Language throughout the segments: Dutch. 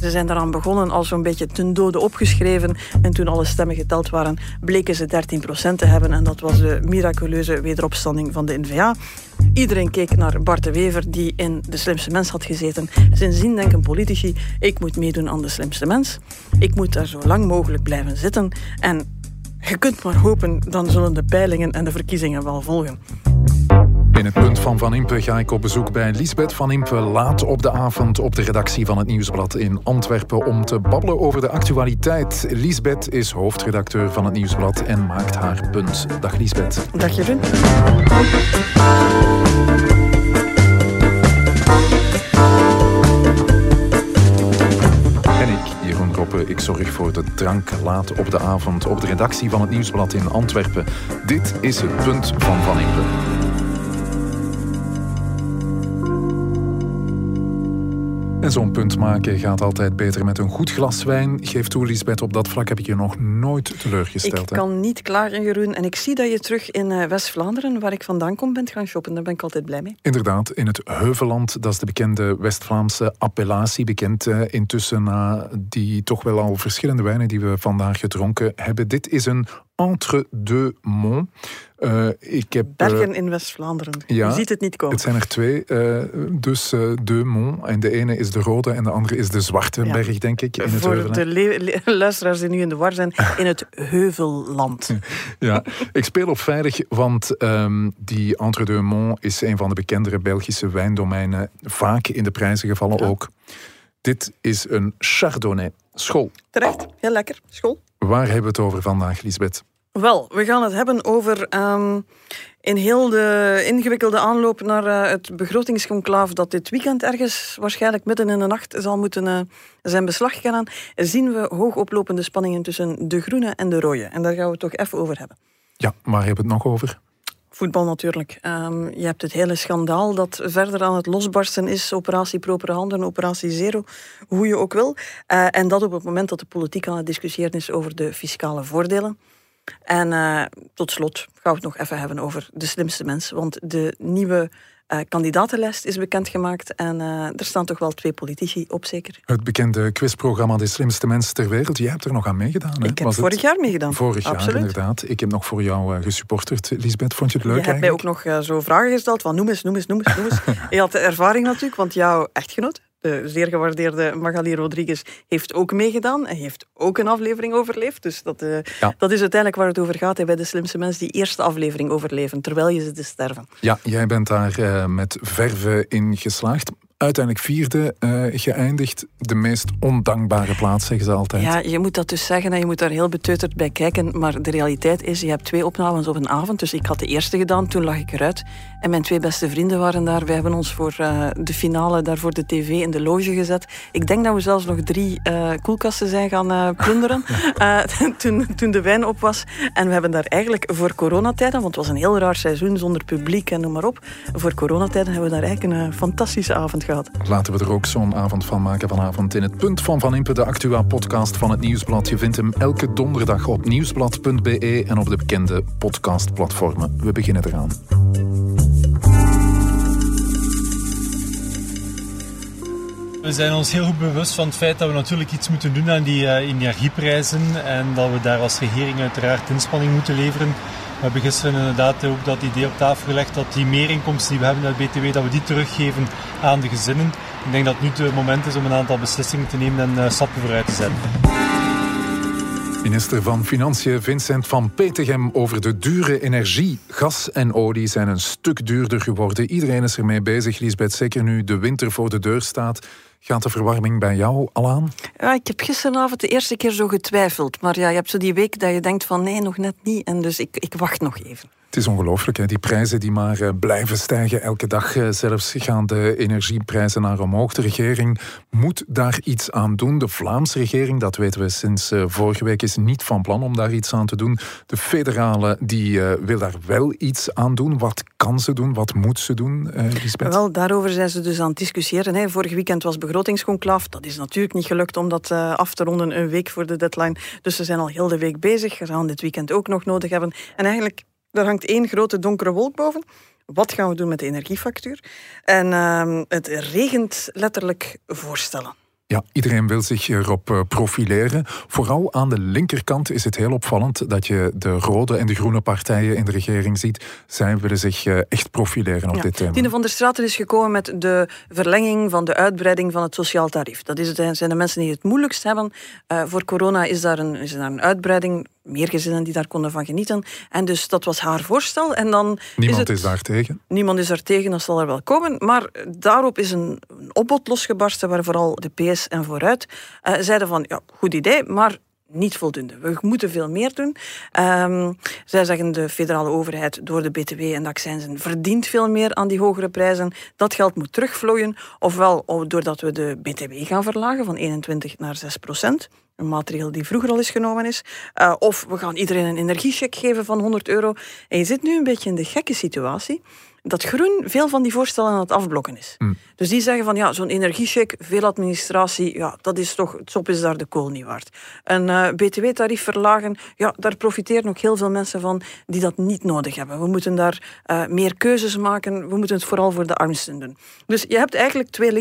Ze zijn daaraan begonnen als zo'n beetje ten dode opgeschreven. En toen alle stemmen geteld waren, bleken ze 13% te hebben. En dat was de miraculeuze wederopstanding van de N-VA. Iedereen keek naar Bart de Wever, die in De Slimste Mens had gezeten. Sindsdien denken politici, ik moet meedoen aan De Slimste Mens. Ik moet daar zo lang mogelijk blijven zitten. En je kunt maar hopen, dan zullen de peilingen en de verkiezingen wel volgen. In het punt van Van Impe ga ik op bezoek bij Liesbeth Van Impe laat op de avond op de redactie van het Nieuwsblad in Antwerpen om te babbelen over de actualiteit. Liesbeth is hoofdredacteur van het Nieuwsblad en maakt haar punt. Dag Liesbeth. Dag Jeroen. En ik, Jeroen Roppe, ik zorg voor de drank laat op de avond op de redactie van het Nieuwsblad in Antwerpen. Dit is het punt van Van Impe. En zo'n punt maken gaat altijd beter met een goed glas wijn. Geef toe, Liesbeth, op dat vlak heb ik je nog nooit teleurgesteld. Ik kan niet klagen, Jeroen. En ik zie dat je terug in West-Vlaanderen, waar ik vandaan kom, bent gaan shoppen. Daar ben ik altijd blij mee. Inderdaad, in het Heuvelland. Dat is de bekende West-Vlaamse appellatie. Bekend intussen na die toch wel al verschillende wijnen die we vandaag gedronken hebben. Dit is een Entre-deux-Monts. Bergen in West-Vlaanderen. Ja, je ziet het niet komen. Het zijn er twee. Dus deux monts. En de ene is de rode en de andere is de zwarte berg, denk ik. In het Voor Heuvelland. de luisteraars die nu in de war zijn, in het Heuvelland. Ja, ik speel op veilig, want die Entre-deux-Monts is een van de bekendere Belgische wijndomeinen. Vaak in de prijzen gevallen ook. Dit is een Chardonnay. School. Terecht, heel lekker. School. Waar hebben we het over vandaag, Liesbeth? Wel, we gaan het hebben over in heel de ingewikkelde aanloop naar het begrotingsconclaaf dat dit weekend ergens, waarschijnlijk midden in de nacht, zal moeten zijn beslag gaan aan. Zien we hoogoplopende spanningen tussen de groene en de rode. En daar gaan we het toch even over hebben. Ja, waar hebben we het nog over? Voetbal natuurlijk. Je hebt het hele schandaal dat verder aan het losbarsten is. Operatie Propere Handen, operatie Zero, hoe je ook wil. En dat op het moment dat de politiek aan het discussiëren is over de fiscale voordelen. En tot slot gaan we het nog even hebben over De Slimste Mens. Want de nieuwe kandidatenlijst is bekendgemaakt. En er staan toch wel 2 politici op, zeker. Het bekende quizprogramma De Slimste Mens ter Wereld. Jij hebt er nog aan meegedaan, hè? Ik heb vorig jaar meegedaan. Vorig jaar, absoluut. Inderdaad. Ik heb nog voor jou gesupporterd. Liesbeth, vond je het leuk Je hebt mij ook nog zo vragen gesteld van noem eens. Je had de ervaring natuurlijk, want jouw echtgenoot, de zeer gewaardeerde Magali Rodriguez, heeft ook meegedaan en heeft ook een aflevering overleefd. Dus dat is uiteindelijk waar het over gaat. Bij De Slimste Mens, die eerste aflevering overleven, terwijl je zit te sterven. Ja, jij bent daar met verve in geslaagd. Uiteindelijk 4e geëindigd. De meest ondankbare plaats, zeggen ze altijd. Ja, je moet dat dus zeggen en je moet daar heel beteuterd bij kijken. Maar de realiteit is, je hebt 2 opnames op een avond. Dus ik had de eerste gedaan, toen lag ik eruit. En mijn 2 beste vrienden waren daar. Wij hebben ons voor de finale daar voor de tv in de loge gezet. Ik denk dat we zelfs nog 3 koelkasten zijn gaan plunderen. Toen de wijn op was. En we hebben daar eigenlijk voor coronatijden, want het was een heel raar seizoen zonder publiek en noem maar op. Voor coronatijden hebben we daar eigenlijk een fantastische avond gehad. Laten we er ook zo'n avond van maken vanavond in het punt van Van Impe, de Actua-podcast van het Nieuwsblad. Je vindt hem elke donderdag op nieuwsblad.be en op de bekende podcastplatformen. We beginnen eraan. We zijn ons heel goed bewust van het feit dat we natuurlijk iets moeten doen aan die energieprijzen en dat we daar als regering uiteraard inspanning moeten leveren. We hebben gisteren inderdaad ook dat idee op tafel gelegd dat die meerinkomsten die we hebben uit BTW, dat we die teruggeven aan de gezinnen. Ik denk dat nu het moment is om een aantal beslissingen te nemen en stappen vooruit te zetten. Minister van Financiën Vincent van Petegem over de dure energie. Gas en olie zijn een stuk duurder geworden. Iedereen is ermee bezig, Liesbeth. Zeker nu de winter voor de deur staat. Gaat de verwarming bij jou al aan? Ja, ik heb gisteravond de eerste keer zo getwijfeld. Maar ja, je hebt zo die week dat je denkt van nee, nog net niet. En dus ik wacht nog even. Het is ongelooflijk, hè? Die prijzen die maar blijven stijgen elke dag. Zelfs gaan de energieprijzen naar omhoog. De regering moet daar iets aan doen. De Vlaamse regering, dat weten we sinds vorige week, is niet van plan om daar iets aan te doen. De federale die wil daar wel iets aan doen. Wat kan ze doen? Wat moet ze doen, Lisbeth? Wel, daarover zijn ze dus aan het discussiëren. Hè. Vorig weekend was begrotingsconclaaf. Dat is natuurlijk niet gelukt om dat af te ronden een week voor de deadline. Dus ze zijn al heel de week bezig. Ze gaan dit weekend ook nog nodig hebben. En eigenlijk, er hangt 1 grote donkere wolk boven. Wat gaan we doen met de energiefactuur? En het regent letterlijk voorstellen. Ja, iedereen wil zich erop profileren. Vooral aan de linkerkant is het heel opvallend dat je de rode en de groene partijen in de regering ziet. Zij willen zich echt profileren op dit thema. Tine van der Straten is gekomen met de verlenging van de uitbreiding van het sociaal tarief. Dat zijn de mensen die het moeilijkst hebben. Voor corona is daar een uitbreiding. Meer gezinnen die daar konden van genieten. En dus dat was haar voorstel. En dan Niemand is daar tegen? Niemand is daar tegen, dat zal er wel komen. Maar daarop is een opbod losgebarsten waar vooral de PS en Vooruit zeiden van, ja, goed idee, maar niet voldoende. We moeten veel meer doen. Zij zeggen de federale overheid door de BTW en de accijnzen verdient veel meer aan die hogere prijzen. Dat geld moet terugvloeien. Ofwel doordat we de BTW gaan verlagen van 21 naar 6%. Een maatregel die vroeger al eens genomen is. Of we gaan iedereen een energiecheck geven van €100. En je zit nu een beetje in de gekke situatie dat Groen veel van die voorstellen aan het afblokken is. Dus die zeggen van, ja, zo'n energiecheck, veel administratie, ja, dat is toch, het sop is daar de kool niet waard. Een btw-tarief verlagen, ja, daar profiteren ook heel veel mensen van die dat niet nodig hebben. We moeten daar meer keuzes maken, we moeten het vooral voor de armsten doen. Dus je hebt eigenlijk 4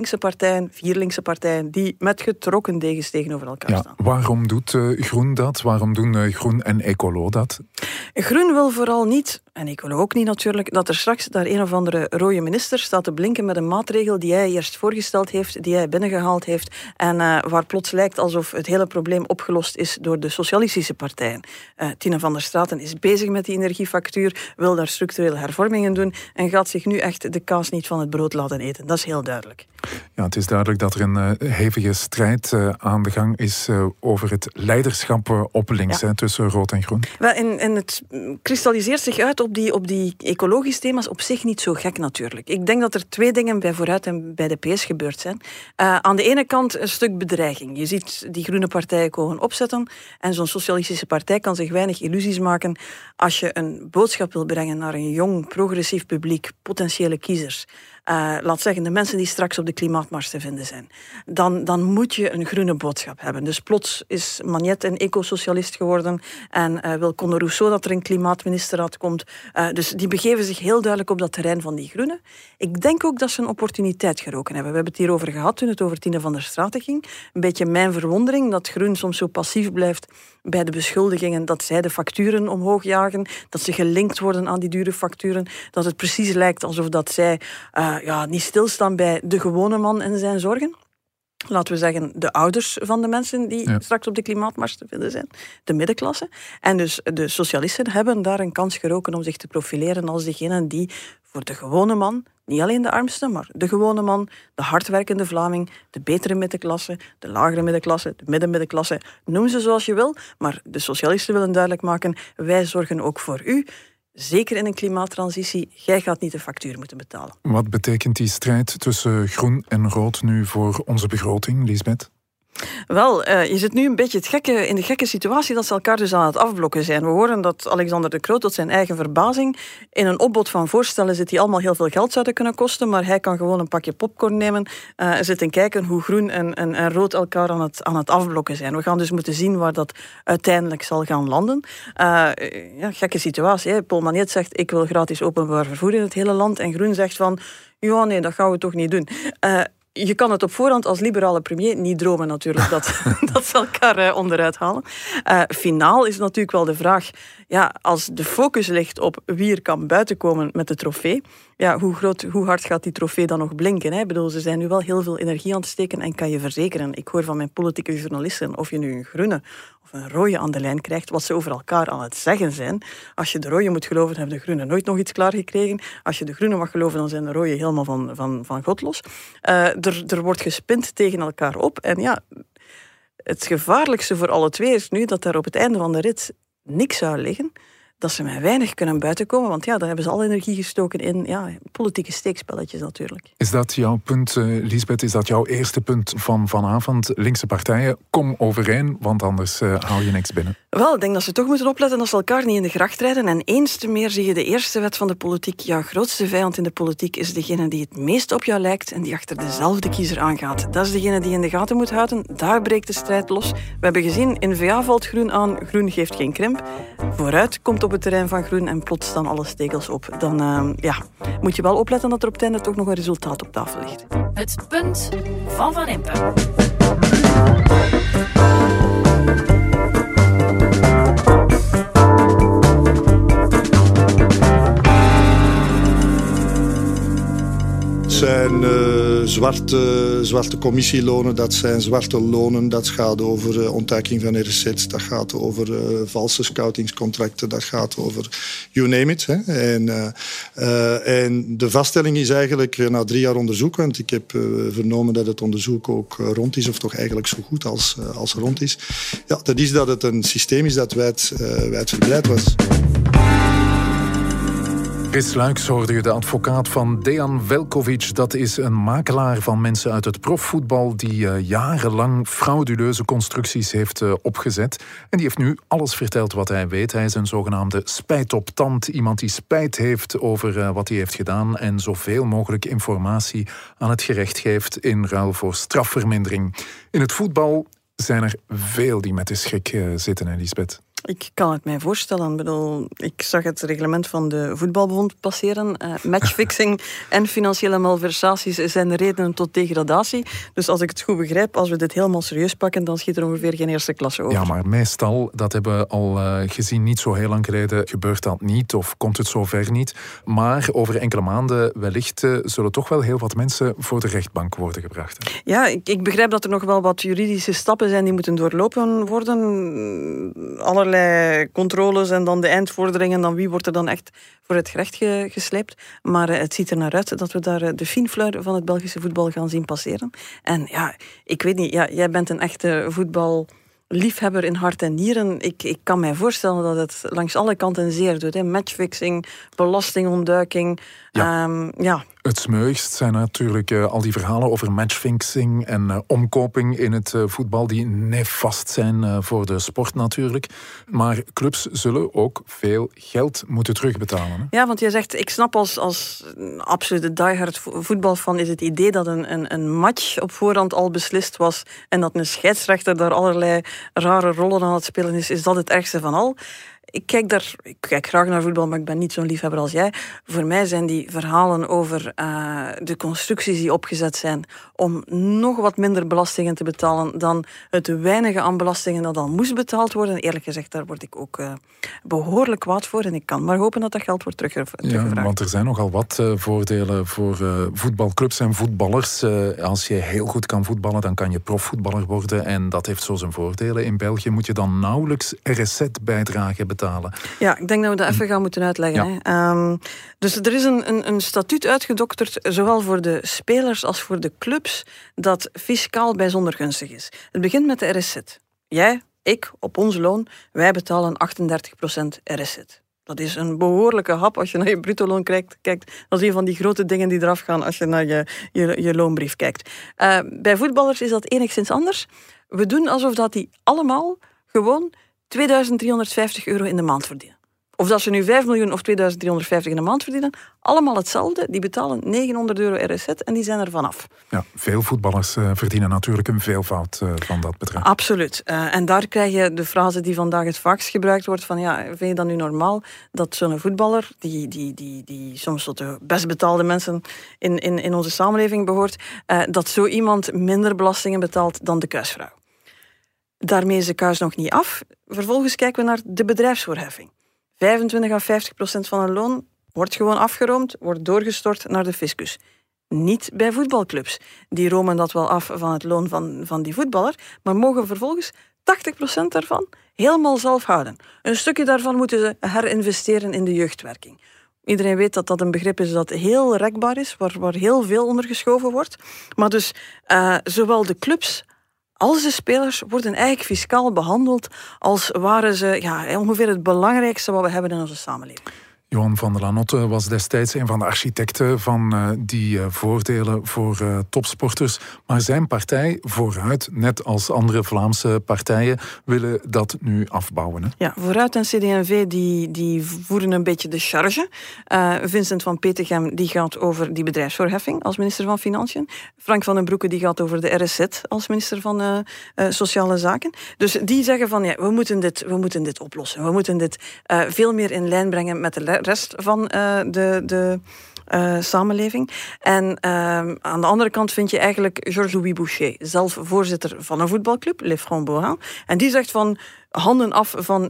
linkse partijen, die met getrokken degens tegenover elkaar staan. Waarom doet Groen dat? Waarom doen Groen en Ecolo dat? Groen wil vooral niet, en Ecolo ook niet natuurlijk, dat er straks daar een of andere rode minister staat te blinken met een maatregel die hij eerst voorgesteld heeft, die hij binnengehaald heeft en waar plots lijkt alsof het hele probleem opgelost is door de socialistische partijen. Tine van der Straten is bezig met die energiefactuur, wil daar structurele hervormingen doen en gaat zich nu echt de kaas niet van het brood laten eten. Dat is heel duidelijk. Ja, het is duidelijk dat er een hevige strijd aan de gang is over het leiderschap op links, tussen rood en groen. Wel, en het kristalliseert zich uit op die ecologische thema's op zich niet zo gek natuurlijk. Ik denk dat er 2 dingen bij Vooruit en bij de PS gebeurd zijn. Aan de ene kant een stuk bedreiging. Je ziet die groene partijen komen opzetten en zo'n socialistische partij kan zich weinig illusies maken als je een boodschap wil brengen naar een jong, progressief publiek, potentiële kiezers. Laat zeggen, de mensen die straks op de klimaatmars te vinden zijn. Dan moet je een groene boodschap hebben. Dus plots is Magnet een ecosocialist geworden en wil Conor Rousseau dat er een klimaatministerraad komt. Dus die begeven zich heel duidelijk op dat terrein van die groenen. Ik denk ook dat ze een opportuniteit geroken hebben. We hebben het hierover gehad toen het over Tine van der Straten ging. Een beetje mijn verwondering dat Groen soms zo passief blijft bij de beschuldigingen dat zij de facturen omhoog jagen, dat ze gelinkt worden aan die dure facturen, dat het precies lijkt alsof dat zij niet stilstaan bij de gewone man en zijn zorgen. Laten we zeggen, de ouders van de mensen die straks op de klimaatmars te vinden zijn. De middenklasse. En dus de socialisten hebben daar een kans geroken om zich te profileren als degene die voor de gewone man, niet alleen de armste, maar de gewone man, de hardwerkende Vlaming, de betere middenklasse, de lagere middenklasse, de middenklasse, noem ze zoals je wil. Maar de socialisten willen duidelijk maken, wij zorgen ook voor u. Zeker in een klimaattransitie, jij gaat niet de factuur moeten betalen. Wat betekent die strijd tussen groen en rood nu voor onze begroting, Liesbeth? Wel, je zit nu een beetje in de gekke situatie dat ze elkaar dus aan het afblokken zijn. We horen dat Alexander De Croo tot zijn eigen verbazing in een opbod van voorstellen zit die allemaal heel veel geld zouden kunnen kosten, maar hij kan gewoon een pakje popcorn nemen en zitten kijken hoe groen en rood elkaar aan het afblokken zijn. We gaan dus moeten zien waar dat uiteindelijk zal gaan landen. Gekke situatie. Hè? Paul Magnet zegt, ik wil gratis openbaar vervoer in het hele land en Groen zegt van, ja nee, dat gaan we toch niet doen. Je kan het op voorhand als liberale premier niet dromen natuurlijk dat ze elkaar onderuit halen. Finaal is natuurlijk wel de vraag, als de focus ligt op wie er kan buitenkomen met de trofee, hoe hard gaat die trofee dan nog blinken? Hè? Ik bedoel, ze zijn nu wel heel veel energie aan het steken en kan je verzekeren, ik hoor van mijn politieke journalisten, of je nu een groene of een rode aan de lijn krijgt, wat ze over elkaar aan het zeggen zijn. Als je de rode moet geloven, hebben de groenen nooit nog iets klaargekregen. Als je de groenen mag geloven, dan zijn de rode helemaal van God los. Er wordt gespind tegen elkaar op. En het gevaarlijkste voor alle twee is nu dat daar op het einde van de rit niks zou liggen. Dat ze met weinig kunnen buitenkomen, want daar hebben ze al energie gestoken in politieke steekspelletjes natuurlijk. Is dat jouw punt, Liesbeth? Is dat jouw eerste punt van vanavond? Linkse partijen, kom overeen, want anders haal je niks binnen. Wel, ik denk dat ze toch moeten opletten dat ze elkaar niet in de gracht rijden. En eens te meer zie je de eerste wet van de politiek. Jouw grootste vijand in de politiek is degene die het meest op jou lijkt en die achter dezelfde kiezer aangaat. Dat is degene die je in de gaten moet houden. Daar breekt de strijd los. We hebben gezien, in VA valt Groen aan. Groen geeft geen krimp. Vooruit komt op het terrein van Groen en plots staan alle stekels op. Dan moet je wel opletten dat er op het einde toch nog een resultaat op tafel ligt. Het punt van Van Impe. zijn zwarte commissielonen, dat zijn zwarte lonen, dat gaat over ontduiking van RC's, dat gaat over valse scoutingscontracten, dat gaat over you name it. Hè. En de vaststelling is eigenlijk na 3 jaar onderzoek, want ik heb vernomen dat het onderzoek ook rond is, of toch eigenlijk zo goed als rond is. Ja, dat is dat het een systeem is dat wijdverbreid was. Chris Luijks hoorde je, de advocaat van Dejan Veljković. Dat is een makelaar van mensen uit het profvoetbal die jarenlang frauduleuze constructies heeft opgezet. En die heeft nu alles verteld wat hij weet. Hij is een zogenaamde spijtoptant. Iemand die spijt heeft over wat hij heeft gedaan en zoveel mogelijk informatie aan het gerecht geeft in ruil voor strafvermindering. In het voetbal zijn er veel die met de schrik zitten, Lisbeth. Ik kan het mij voorstellen. Ik bedoel, ik zag het reglement van de voetbalbond passeren. Matchfixing en financiële malversaties zijn de redenen tot degradatie. Dus als ik het goed begrijp, als we dit helemaal serieus pakken, dan schiet er ongeveer geen eerste klasse over. Ja, maar meestal, dat hebben we al gezien, niet zo heel lang geleden, gebeurt dat niet of komt het zover niet. Maar over enkele maanden wellicht zullen toch wel heel wat mensen voor de rechtbank worden gebracht. Hè? Ja, ik begrijp dat er nog wel wat juridische stappen zijn die moeten doorlopen worden. Allerlei controles en dan de eindvorderingen, dan wie wordt er dan echt voor het gerecht gesleept. Maar het ziet er naar uit dat we daar de finefluit van het Belgische voetbal gaan zien passeren. En ja, ik weet niet, jij bent een echte voetballiefhebber in hart en nieren. Ik kan mij voorstellen dat het langs alle kanten zeer doet. Hè. Matchfixing, belastingontduiking. Ja. Het smeuigst zijn natuurlijk al die verhalen over matchfixing en omkoping in het voetbal die nefast zijn voor de sport natuurlijk. Maar clubs zullen ook veel geld moeten terugbetalen. Hè? Ja, want je zegt, ik snap als absolute diehard voetbalfan is het idee dat een match op voorhand al beslist was en dat een scheidsrechter daar allerlei rare rollen aan het spelen is dat het ergste van al. Ik kijk graag naar voetbal, maar ik ben niet zo'n liefhebber als jij. Voor mij zijn die verhalen over de constructies die opgezet zijn om nog wat minder belastingen te betalen dan het weinige aan belastingen dat al moest betaald worden. Eerlijk gezegd, daar word ik ook behoorlijk kwaad voor. En ik kan maar hopen dat dat geld wordt teruggevraagd. Ja, want er zijn nogal wat voordelen voor voetbalclubs en voetballers. Als je heel goed kan voetballen, dan kan je profvoetballer worden. En dat heeft zo zijn voordelen. In België moet je dan nauwelijks RSZ-bijdrage betalen. Ja, ik denk dat we dat even gaan moeten uitleggen. Ja. Hè. Dus er is een statuut uitgedokterd, zowel voor de spelers als voor de clubs, dat fiscaal bijzonder gunstig is. Het begint met de RSZ. Jij, ik, op ons loon, wij betalen 38% RSZ. Dat is een behoorlijke hap als je naar je bruto loon kijkt. Dat is een van die grote dingen die eraf gaan als je naar je loonbrief kijkt. Bij voetballers is dat enigszins anders. We doen alsof dat die allemaal gewoon €2.350 in de maand verdienen. Of dat ze nu 5 miljoen of 2.350 in de maand verdienen, allemaal hetzelfde. Die betalen €900 RSZ en die zijn er vanaf. Ja, veel voetballers verdienen natuurlijk een veelvoud van dat bedrag. Absoluut. En daar krijg je de frase die vandaag het vaakst gebruikt wordt van ja, vind je dat nu normaal dat zo'n voetballer, die soms tot de best betaalde mensen in onze samenleving behoort, dat zo iemand minder belastingen betaalt dan de kuisvrouw. Daarmee is de kuis nog niet af. Vervolgens kijken we naar de bedrijfsvoorheffing. 25 à 50% van een loon wordt gewoon afgeroomd, wordt doorgestort naar de fiscus. Niet bij voetbalclubs. Die romen dat wel af van het loon van die voetballer, maar mogen vervolgens 80% daarvan helemaal zelf houden. Een stukje daarvan moeten ze herinvesteren in de jeugdwerking. Iedereen weet dat dat een begrip is dat heel rekbaar is, waar heel veel onder geschoven wordt. Maar dus zowel de clubs als de spelers worden eigenlijk fiscaal behandeld als waren ze ongeveer het belangrijkste wat we hebben in onze samenleving. Johan van der Lanotte was destijds een van de architecten van die voordelen voor topsporters. Maar zijn partij, Vooruit, net als andere Vlaamse partijen, willen dat nu afbouwen. Hè? Ja, Vooruit en CD&V die voeren een beetje de charge. Vincent van Petegem die gaat over die bedrijfsvoorheffing als minister van Financiën. Frank van den Broeke die gaat over de RSZ als minister van Sociale Zaken. Dus die zeggen van ja, we moeten dit oplossen. We moeten dit veel meer in lijn brengen met de rest van de samenleving. En aan de andere kant vind je eigenlijk Georges-Louis Boucher, zelf voorzitter van een voetbalclub, Les Framboiens. En die zegt van handen af van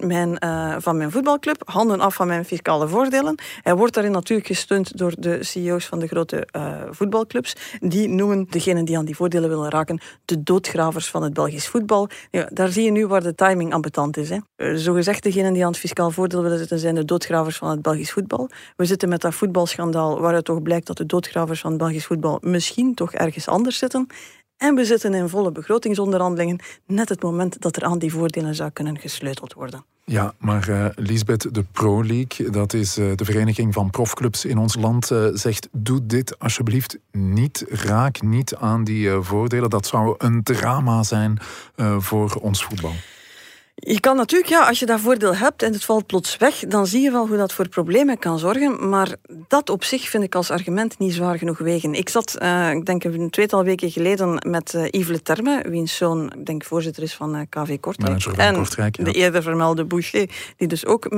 mijn voetbalclub, handen af van mijn fiscale voordelen. Hij wordt daarin natuurlijk gesteund door de CEO's van de grote voetbalclubs. Die noemen degenen die aan die voordelen willen raken de doodgravers van het Belgisch voetbal. Ja, daar zie je nu waar de timing ambetant is. Zogezegd degenen die aan het fiscaal voordeel willen zitten zijn de doodgravers van het Belgisch voetbal. We zitten met dat voetbalschandaal waaruit toch blijkt dat de doodgravers van het Belgisch voetbal misschien toch ergens anders zitten. En we zitten in volle begrotingsonderhandelingen, net het moment dat er aan die voordelen zou kunnen gesleuteld worden. Ja, maar Lisbeth, de Pro League, dat is de vereniging van profclubs in ons land, zegt doe dit alsjeblieft niet, raak niet aan die voordelen. Dat zou een drama zijn voor ons voetbal. Je kan natuurlijk, als je dat voordeel hebt en het valt plots weg, dan zie je wel hoe dat voor problemen kan zorgen. Maar dat op zich vind ik als argument niet zwaar genoeg wegen. Ik zat, ik denk een tweetal weken geleden met Yves Leterme, wiens zoon, ik denk, voorzitter is van KV Kortrijk. Manager van Kortrijk, ja. De eerder vermelde Boucher, die dus ook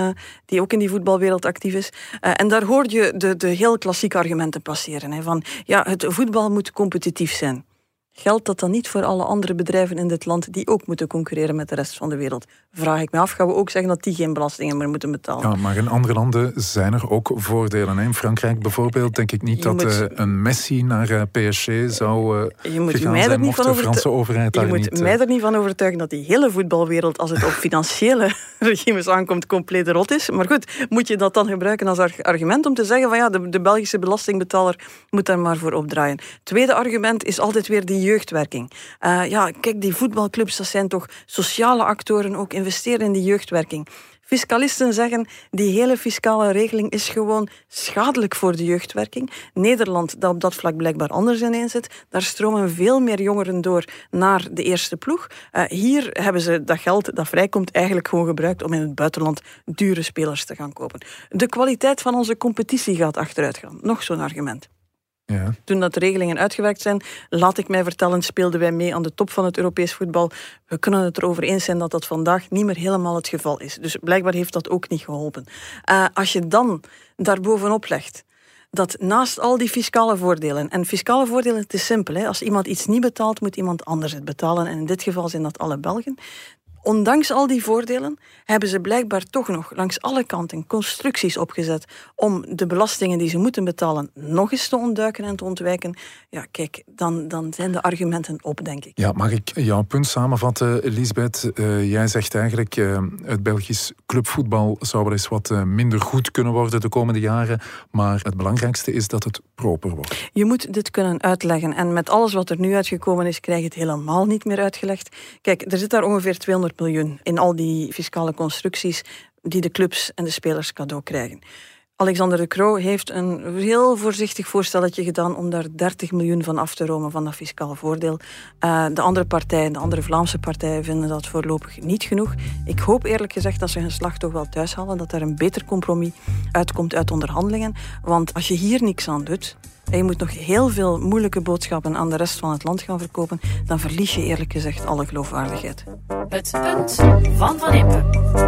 die ook in die voetbalwereld actief is. En daar hoor je de heel klassieke argumenten passeren. Van, het voetbal moet competitief zijn. Geldt dat dan niet voor alle andere bedrijven in dit land die ook moeten concurreren met de rest van de wereld? Vraag ik me af, gaan we ook zeggen dat die geen belastingen meer moeten betalen? Ja, maar in andere landen zijn er ook voordelen. In Frankrijk bijvoorbeeld denk ik niet dat een Messi naar PSG zou gegaan zijn mocht de Franse overheid daar niet... Je moet mij er niet van overtuigen dat die hele voetbalwereld, als het op financiële regimes aankomt, compleet rot is. Maar goed, moet je dat dan gebruiken als argument om te zeggen van de Belgische belastingbetaler moet daar maar voor opdraaien. Tweede argument is altijd weer die jeugdwerking. Kijk, die voetbalclubs, dat zijn toch sociale actoren, ook investeren in die jeugdwerking. Fiscalisten zeggen, die hele fiscale regeling is gewoon schadelijk voor de jeugdwerking. Nederland, dat op dat vlak blijkbaar anders ineens zit, daar stromen veel meer jongeren door naar de eerste ploeg. Hier hebben ze dat geld dat vrijkomt eigenlijk gewoon gebruikt om in het buitenland dure spelers te gaan kopen. De kwaliteit van onze competitie gaat achteruit gaan. Nog zo'n argument. Ja. Toen dat de regelingen uitgewerkt zijn, laat ik mij vertellen, speelden wij mee aan de top van het Europees voetbal. We kunnen het erover eens zijn dat dat vandaag niet meer helemaal het geval is. Dus blijkbaar heeft dat ook niet geholpen. Als je dan daarbovenop legt dat naast al die fiscale voordelen, en fiscale voordelen, het is simpel, als iemand iets niet betaalt, moet iemand anders het betalen. En in dit geval zijn dat alle Belgen. Ondanks al die voordelen hebben ze blijkbaar toch nog langs alle kanten constructies opgezet om de belastingen die ze moeten betalen nog eens te ontduiken en te ontwijken. Ja, kijk, dan zijn de argumenten op, denk ik. Ja, mag ik jouw punt samenvatten, Lisbeth? Jij zegt eigenlijk, het Belgisch clubvoetbal zou wel eens wat minder goed kunnen worden de komende jaren, maar het belangrijkste is dat het proper wordt. Je moet dit kunnen uitleggen en met alles wat er nu uitgekomen is, krijg je het helemaal niet meer uitgelegd. Kijk, er zit daar ongeveer 200 miljoen in al die fiscale constructies die de clubs en de spelers cadeau krijgen. Alexander De Croo heeft een heel voorzichtig voorstelletje gedaan om daar 30 miljoen van af te romen van dat fiscaal voordeel. De andere partijen, de andere Vlaamse partijen vinden dat voorlopig niet genoeg. Ik hoop eerlijk gezegd dat ze hun slag toch wel thuis halen, dat er een beter compromis uitkomt uit onderhandelingen. Want als je hier niks aan doet en je moet nog heel veel moeilijke boodschappen aan de rest van het land gaan verkopen, dan verlies je eerlijk gezegd alle geloofwaardigheid. Het punt van Van Impe.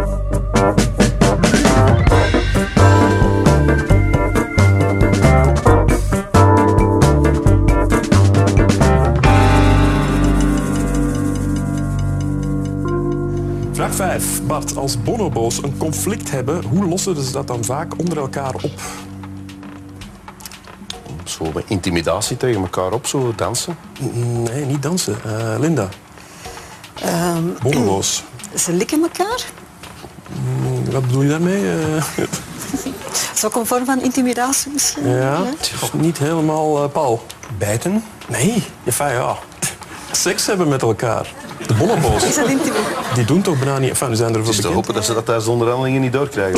Vraag 5. Bart, als bonobo's een conflict hebben, hoe lossen ze dat dan vaak onder elkaar op? Zo met intimidatie tegen elkaar op, zo dansen? Nee, niet dansen. Linda. Bonobo's. Ze likken elkaar. Wat bedoel je daarmee? Is dat ook een vorm van intimidatie misschien? Ja, niet helemaal Paul. Bijten? Nee. Ja. Seks hebben met elkaar. De bonobo's. Is dat intimidatie? Die doen toch bijna niet... Enfin, die zijn ervoor Het is te bekend. hopen dat ze dat tijdens de onderhandelingen niet doorkrijgen.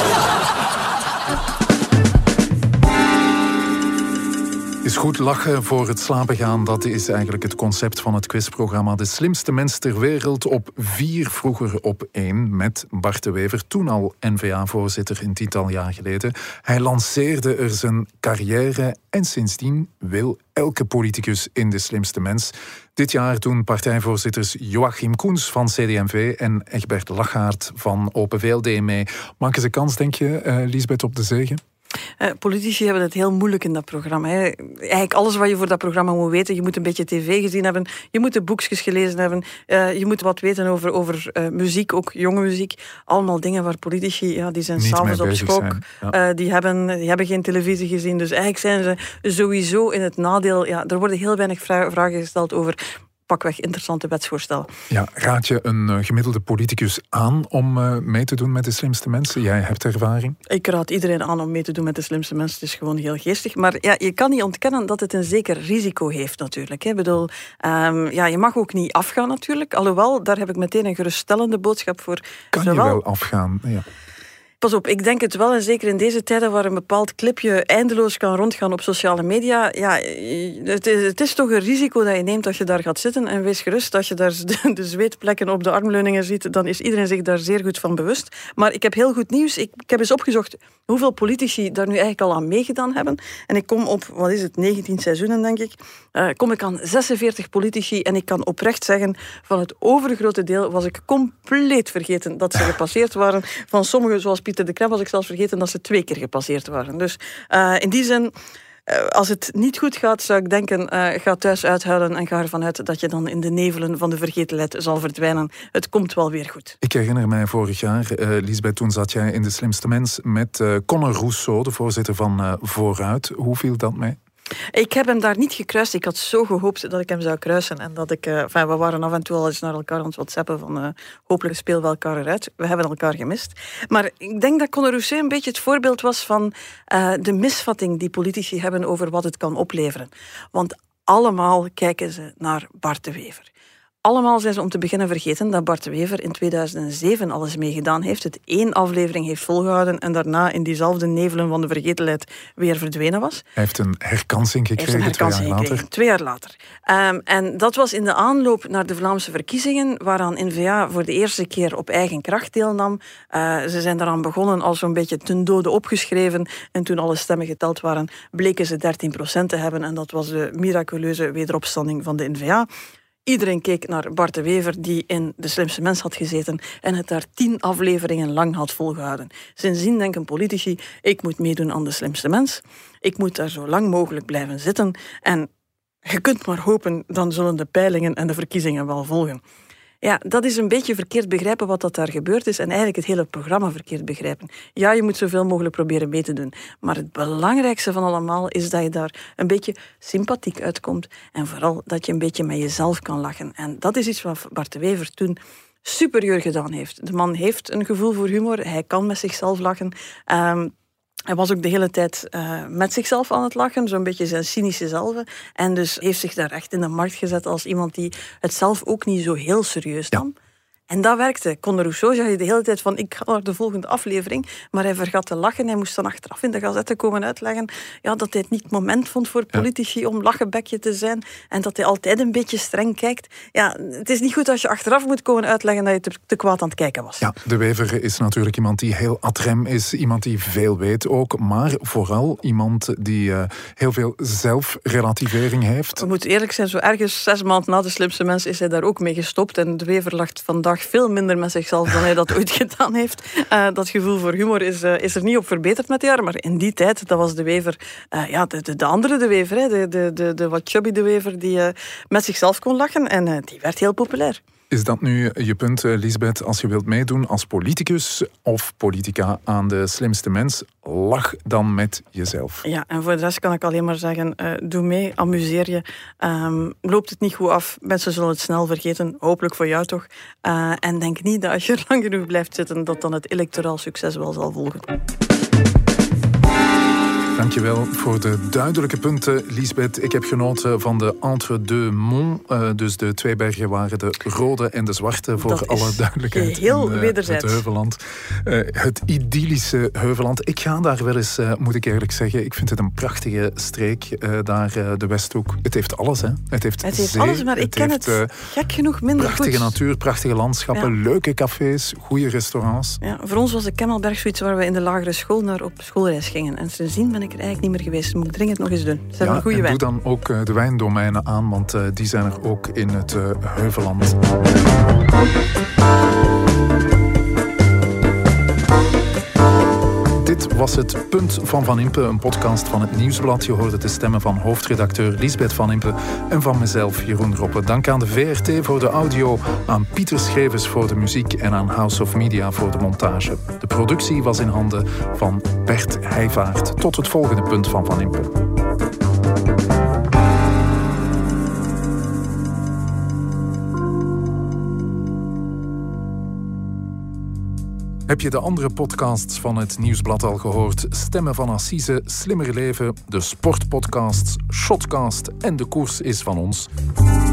Is goed lachen voor het slapen gaan. Dat is eigenlijk het concept van het quizprogramma De Slimste Mens ter Wereld op 4, vroeger op 1, met Bart de Wever, toen al N-VA-voorzitter een 10-tal jaar geleden. Hij lanceerde er zijn carrière en sindsdien wil elke politicus in De Slimste Mens. Dit jaar doen partijvoorzitters Joachim Koens van CD&V en Egbert Lachaert van Open VLD mee. Maken ze kans, denk je, Lisbeth, op de zege? Politici hebben het heel moeilijk in dat programma. Hè. Eigenlijk alles wat je voor dat programma moet weten. Je moet een beetje tv gezien hebben. Je moet de boekjes gelezen hebben. Je moet wat weten over muziek, ook jonge muziek. Allemaal dingen waar politici, die zijn s'avonds op schok. Ja. Die hebben geen televisie gezien. Dus eigenlijk zijn ze sowieso in het nadeel. Ja, er worden heel weinig vragen gesteld over pakweg interessante wetsvoorstellen. Ja, raad je een gemiddelde politicus aan om mee te doen met de slimste mensen? Jij hebt ervaring. Ik raad iedereen aan om mee te doen met de slimste mensen. Het is gewoon heel geestig. Maar ja, je kan niet ontkennen dat het een zeker risico heeft natuurlijk. Ik bedoel, je mag ook niet afgaan natuurlijk. Alhoewel, daar heb ik meteen een geruststellende boodschap voor. Kan je wel afgaan, ja. Pas op, ik denk het wel, en zeker in deze tijden waar een bepaald clipje eindeloos kan rondgaan op sociale media. Ja, het is toch een risico dat je neemt als je daar gaat zitten. En wees gerust, als je daar de zweetplekken op de armleuningen ziet, dan is iedereen zich daar zeer goed van bewust. Maar ik heb heel goed nieuws. Ik heb eens opgezocht hoeveel politici daar nu eigenlijk al aan meegedaan hebben. En ik kom op, 19 seizoenen denk ik, kom ik aan 46 politici. En ik kan oprecht zeggen, van het overgrote deel was ik compleet vergeten dat ze gepasseerd waren. Van sommigen, zoals Pieter de Crème, was ik zelfs vergeten dat ze 2 keer gepasseerd waren. Dus in die zin, als het niet goed gaat, zou ik denken, ga thuis uithuilen en ga ervan uit dat je dan in de nevelen van de vergetelheid zal verdwijnen. Het komt wel weer goed. Ik herinner mij vorig jaar, Liesbeth, toen zat jij in De Slimste Mens met Conor Rousseau, de voorzitter van Vooruit. Hoe viel dat mee? Ik heb hem daar niet gekruist. Ik had zo gehoopt dat ik hem zou kruisen. En dat we waren af en toe al eens naar elkaar aan het whatsappen van hopelijk spelen we elkaar eruit. We hebben elkaar gemist. Maar ik denk dat Conor Rousseau een beetje het voorbeeld was van de misvatting die politici hebben over wat het kan opleveren. Want allemaal kijken ze naar Bart de Wever. Allemaal zijn ze om te beginnen vergeten dat Bart de Wever in 2007 alles meegedaan heeft, het 1 aflevering heeft volgehouden en daarna in diezelfde nevelen van de vergetelheid weer verdwenen was. Hij heeft een herkansing gekregen 2 jaar later. En dat was in de aanloop naar de Vlaamse verkiezingen, waaraan N-VA voor de eerste keer op eigen kracht deelnam. Ze zijn daaraan begonnen als zo'n beetje ten dode opgeschreven en toen alle stemmen geteld waren, bleken ze 13% te hebben en dat was de miraculeuze wederopstanding van de N-VA. Iedereen keek naar Bart de Wever, die in De Slimste Mens had gezeten en het daar 10 afleveringen lang had volgehouden. Sindsdien denken politici, ik moet meedoen aan De Slimste Mens. Ik moet daar zo lang mogelijk blijven zitten. En je kunt maar hopen, dan zullen de peilingen en de verkiezingen wel volgen. Ja, dat is een beetje verkeerd begrijpen wat dat daar gebeurd is en eigenlijk het hele programma verkeerd begrijpen. Ja, je moet zoveel mogelijk proberen mee te doen. Maar het belangrijkste van allemaal is dat je daar een beetje sympathiek uitkomt en vooral dat je een beetje met jezelf kan lachen. En dat is iets wat Bart de Wever toen superieur gedaan heeft. De man heeft een gevoel voor humor, hij kan met zichzelf lachen. Hij was ook de hele tijd met zichzelf aan het lachen, zo'n beetje zijn cynische zelf. En dus heeft zich daar echt in de markt gezet als iemand die het zelf ook niet zo heel serieus nam. Ja. En dat werkte. Conor Rousseau zei de hele tijd van ik ga naar de volgende aflevering, maar hij vergat te lachen. Hij moest dan achteraf in de gazette komen uitleggen dat hij het niet het moment vond voor politici om lachenbekje te zijn en dat hij altijd een beetje streng kijkt. Ja, het is niet goed als je achteraf moet komen uitleggen dat je te kwaad aan het kijken was. Ja, de Wever is natuurlijk iemand die heel adrem is, iemand die veel weet ook, maar vooral iemand die heel veel zelfrelativering heeft. We moeten eerlijk zijn, zo ergens 6 maanden na De Slimste Mens is hij daar ook mee gestopt en de Wever lacht vandaag veel minder met zichzelf dan hij dat ooit gedaan heeft. Dat gevoel voor humor is er niet op verbeterd met de jaren, maar in die tijd, dat was de Wever, de andere de Wever, hè, de wat chubby de Wever, die met zichzelf kon lachen en die werd heel populair. Is dat nu je punt, Liesbeth, als je wilt meedoen als politicus of politica aan De Slimste Mens, lach dan met jezelf. Ja, en voor de rest kan ik alleen maar zeggen, doe mee, amuseer je. Loopt het niet goed af, mensen zullen het snel vergeten, hopelijk voor jou toch. En denk niet dat als je lang genoeg blijft zitten, dat dan het electoraal succes wel zal volgen. Dankjewel voor de duidelijke punten, Liesbeth. Ik heb genoten van de Entre deux monts. Dus de 2 bergen waren de rode en de zwarte, voor alle duidelijkheid. Heel wederzijds. Het Heuvelland. Het idyllische Heuvelland. Ik ga daar wel eens, moet ik eerlijk zeggen. Ik vind het een prachtige streek, daar de Westhoek. Het heeft alles, hè. Het heeft zee, alles, maar ik ken het gek genoeg minder prachtige goed. natuur, prachtige landschappen, leuke cafés, goede restaurants. Ja, voor ons was de Kemmelberg zoiets waar we in de lagere school naar op schoolreis gingen. En sindsdien ben ik er eigenlijk niet meer geweest. Dat moet ik dringend nog eens doen. Ze hebben een goede wijn. Doe dan ook de wijndomeinen aan, want die zijn er ook in het Heuvelland. Dit Dit was het Punt van Van Impe, een podcast van het Nieuwsblad. Je hoorde de stemmen van hoofdredacteur Lisbeth Van Impe en van mezelf, Jeroen Roppe. Dank aan de VRT voor de audio, aan Pieter Schevers voor de muziek en aan House of Media voor de montage. De productie was in handen van Bert Heijvaart. Tot het volgende Punt van Van Impe. Heb je de andere podcasts van het Nieuwsblad al gehoord? Stemmen van Assise, Slimmer Leven, de sportpodcasts, Shotcast en De Koers is van ons.